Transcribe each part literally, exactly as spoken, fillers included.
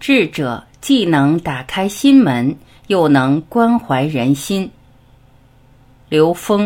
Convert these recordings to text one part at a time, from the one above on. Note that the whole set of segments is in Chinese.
智者既能打开心门，又能关怀人心。刘峰。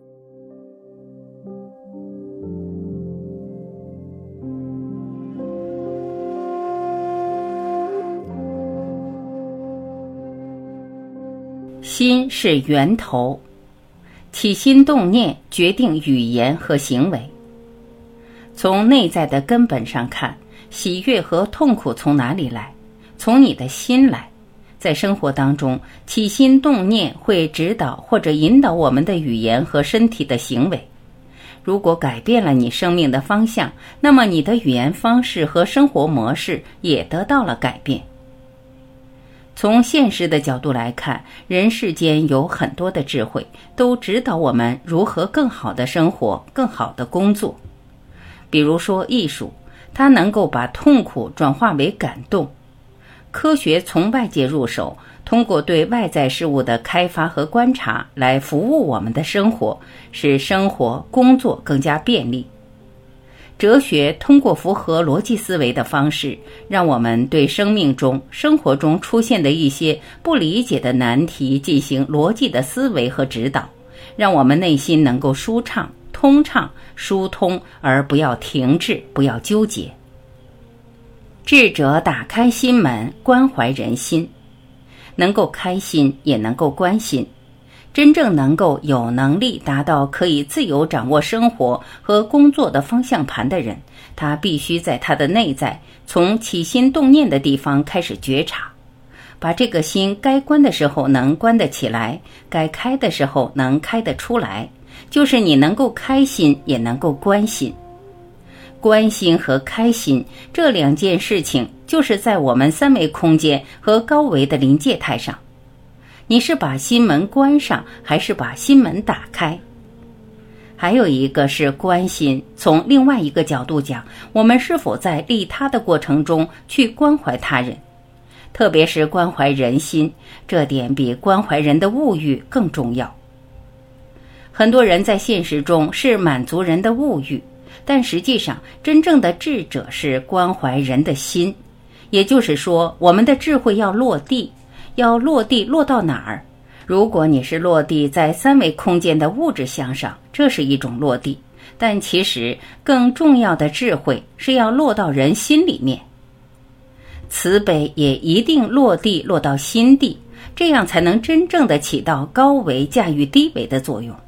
心是源头，起心动念决定语言和行为。从内在的根本上看，喜悦和痛苦从哪里来？从你的心来。在生活当中，起心动念会指导或者引导我们的语言和身体的行为。如果改变了你生命的方向，那么你的语言方式和生活模式也得到了改变。从现实的角度来看，人世间有很多的智慧，都指导我们如何更好的生活，更好的工作。比如说艺术，它能够把痛苦转化为感动。科学从外界入手，通过对外在事物的开发和观察来服务我们的生活，使生活、工作更加便利。哲学通过符合逻辑思维的方式，让我们对生命中、生活中出现的一些不理解的难题进行逻辑的思维和指导，让我们内心能够舒畅、通畅、疏通，而不要停滞，不要纠结。智者打开心门，关怀人心，能够开心，也能够关心。真正能够有能力达到可以自由掌握生活和工作的方向盘的人，他必须在他的内在，从起心动念的地方开始觉察，把这个心该关的时候能关得起来，该开的时候能开得出来，就是你能够开心，也能够关心。关心和开心这两件事情，就是在我们三维空间和高维的临界态上。你是把心门关上，还是把心门打开？还有一个是关心，从另外一个角度讲，我们是否在利他的过程中去关怀他人，特别是关怀人心，这点比关怀人的物欲更重要。很多人在现实中是满足人的物欲，但实际上真正的智者是关怀人的心。也就是说，我们的智慧要落地，要落地落到哪儿？如果你是落地在三维空间的物质相上，这是一种落地，但其实更重要的智慧是要落到人心里面。慈悲也一定落地落到心地，这样才能真正的起到高维驾驭低维的作用。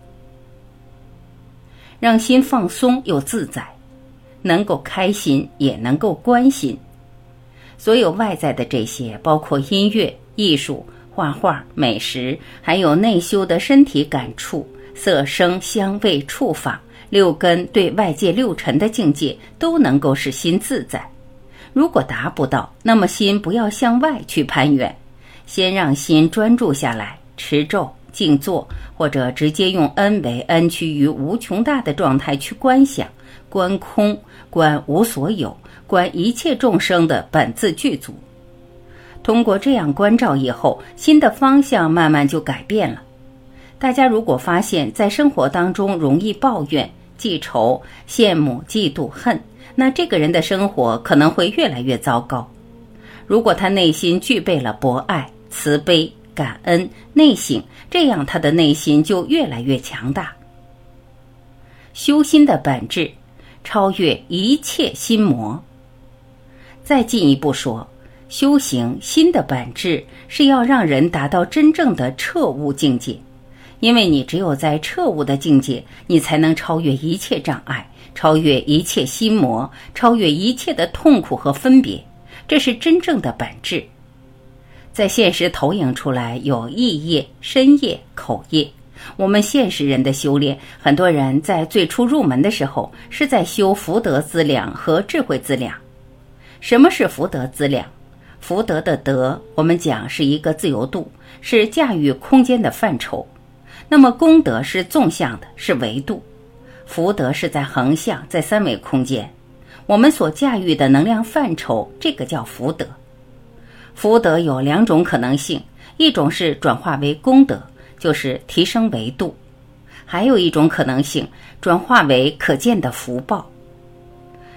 让心放松又自在，能够开心也能够关心。所有外在的这些，包括音乐、艺术、画画、美食，还有内修的身体感触、色声香味触法、六根对外界六尘的境界，都能够使心自在。如果达不到，那么心不要向外去攀援，先让心专注下来，持咒、静坐，或者直接用 N 为 N 趋于无穷大的状态去观想、观空、观无所有、观一切众生的本自具足。通过这样关照以后，心的方向慢慢就改变了。大家如果发现在生活当中容易抱怨、记仇、羡慕、嫉妒、恨，那这个人的生活可能会越来越糟糕。如果他内心具备了博爱、慈悲、感恩、内省，这样他的内心就越来越强大。修心的本质，超越一切心魔。再进一步说，修行心的本质是要让人达到真正的彻悟境界，因为你只有在彻悟的境界，你才能超越一切障碍，超越一切心魔，超越一切的痛苦和分别，这是真正的本质。在现实投影出来有意业、身业、口业。我们现实人的修炼，很多人在最初入门的时候是在修福德资粮和智慧资粮。什么是福德资粮？福德的德，我们讲是一个自由度，是驾驭空间的范畴。那么功德是纵向的，是维度。福德是在横向，在三维空间。我们所驾驭的能量范畴，这个叫福德。福德有两种可能性，一种是转化为功德，就是提升维度；还有一种可能性，转化为可见的福报。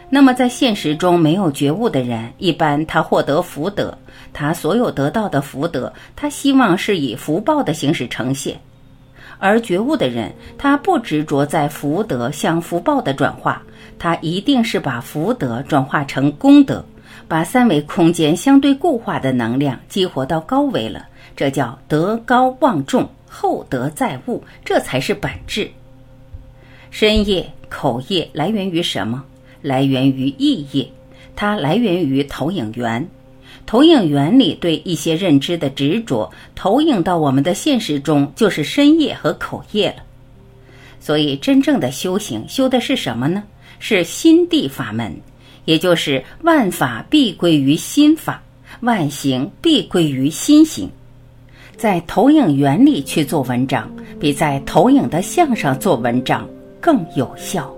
那么在现实中没有觉悟的人，一般他获得福德，他所有得到的福德，他希望是以福报的形式呈现。而觉悟的人，他不执着在福德向福报的转化，他一定是把福德转化成功德，把三维空间相对固化的能量激活到高维了，这叫德高望重，厚德载物，这才是本质。身业、口业来源于什么？来源于意业，它来源于投影源。投影源里对一些认知的执着，投影到我们的现实中，就是身业和口业了。所以真正的修行，修的是什么呢？是心地法门，也就是万法必归于心法，万行必归于心行。在投影源里去做文章，比在投影的像上做文章更有效。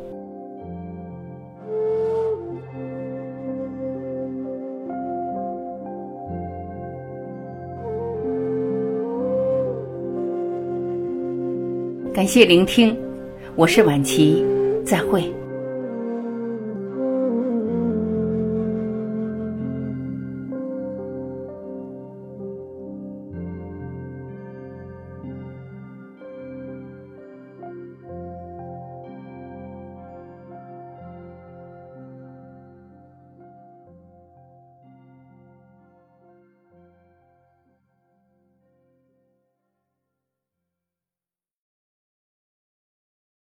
感谢聆听，我是婉琪，再会。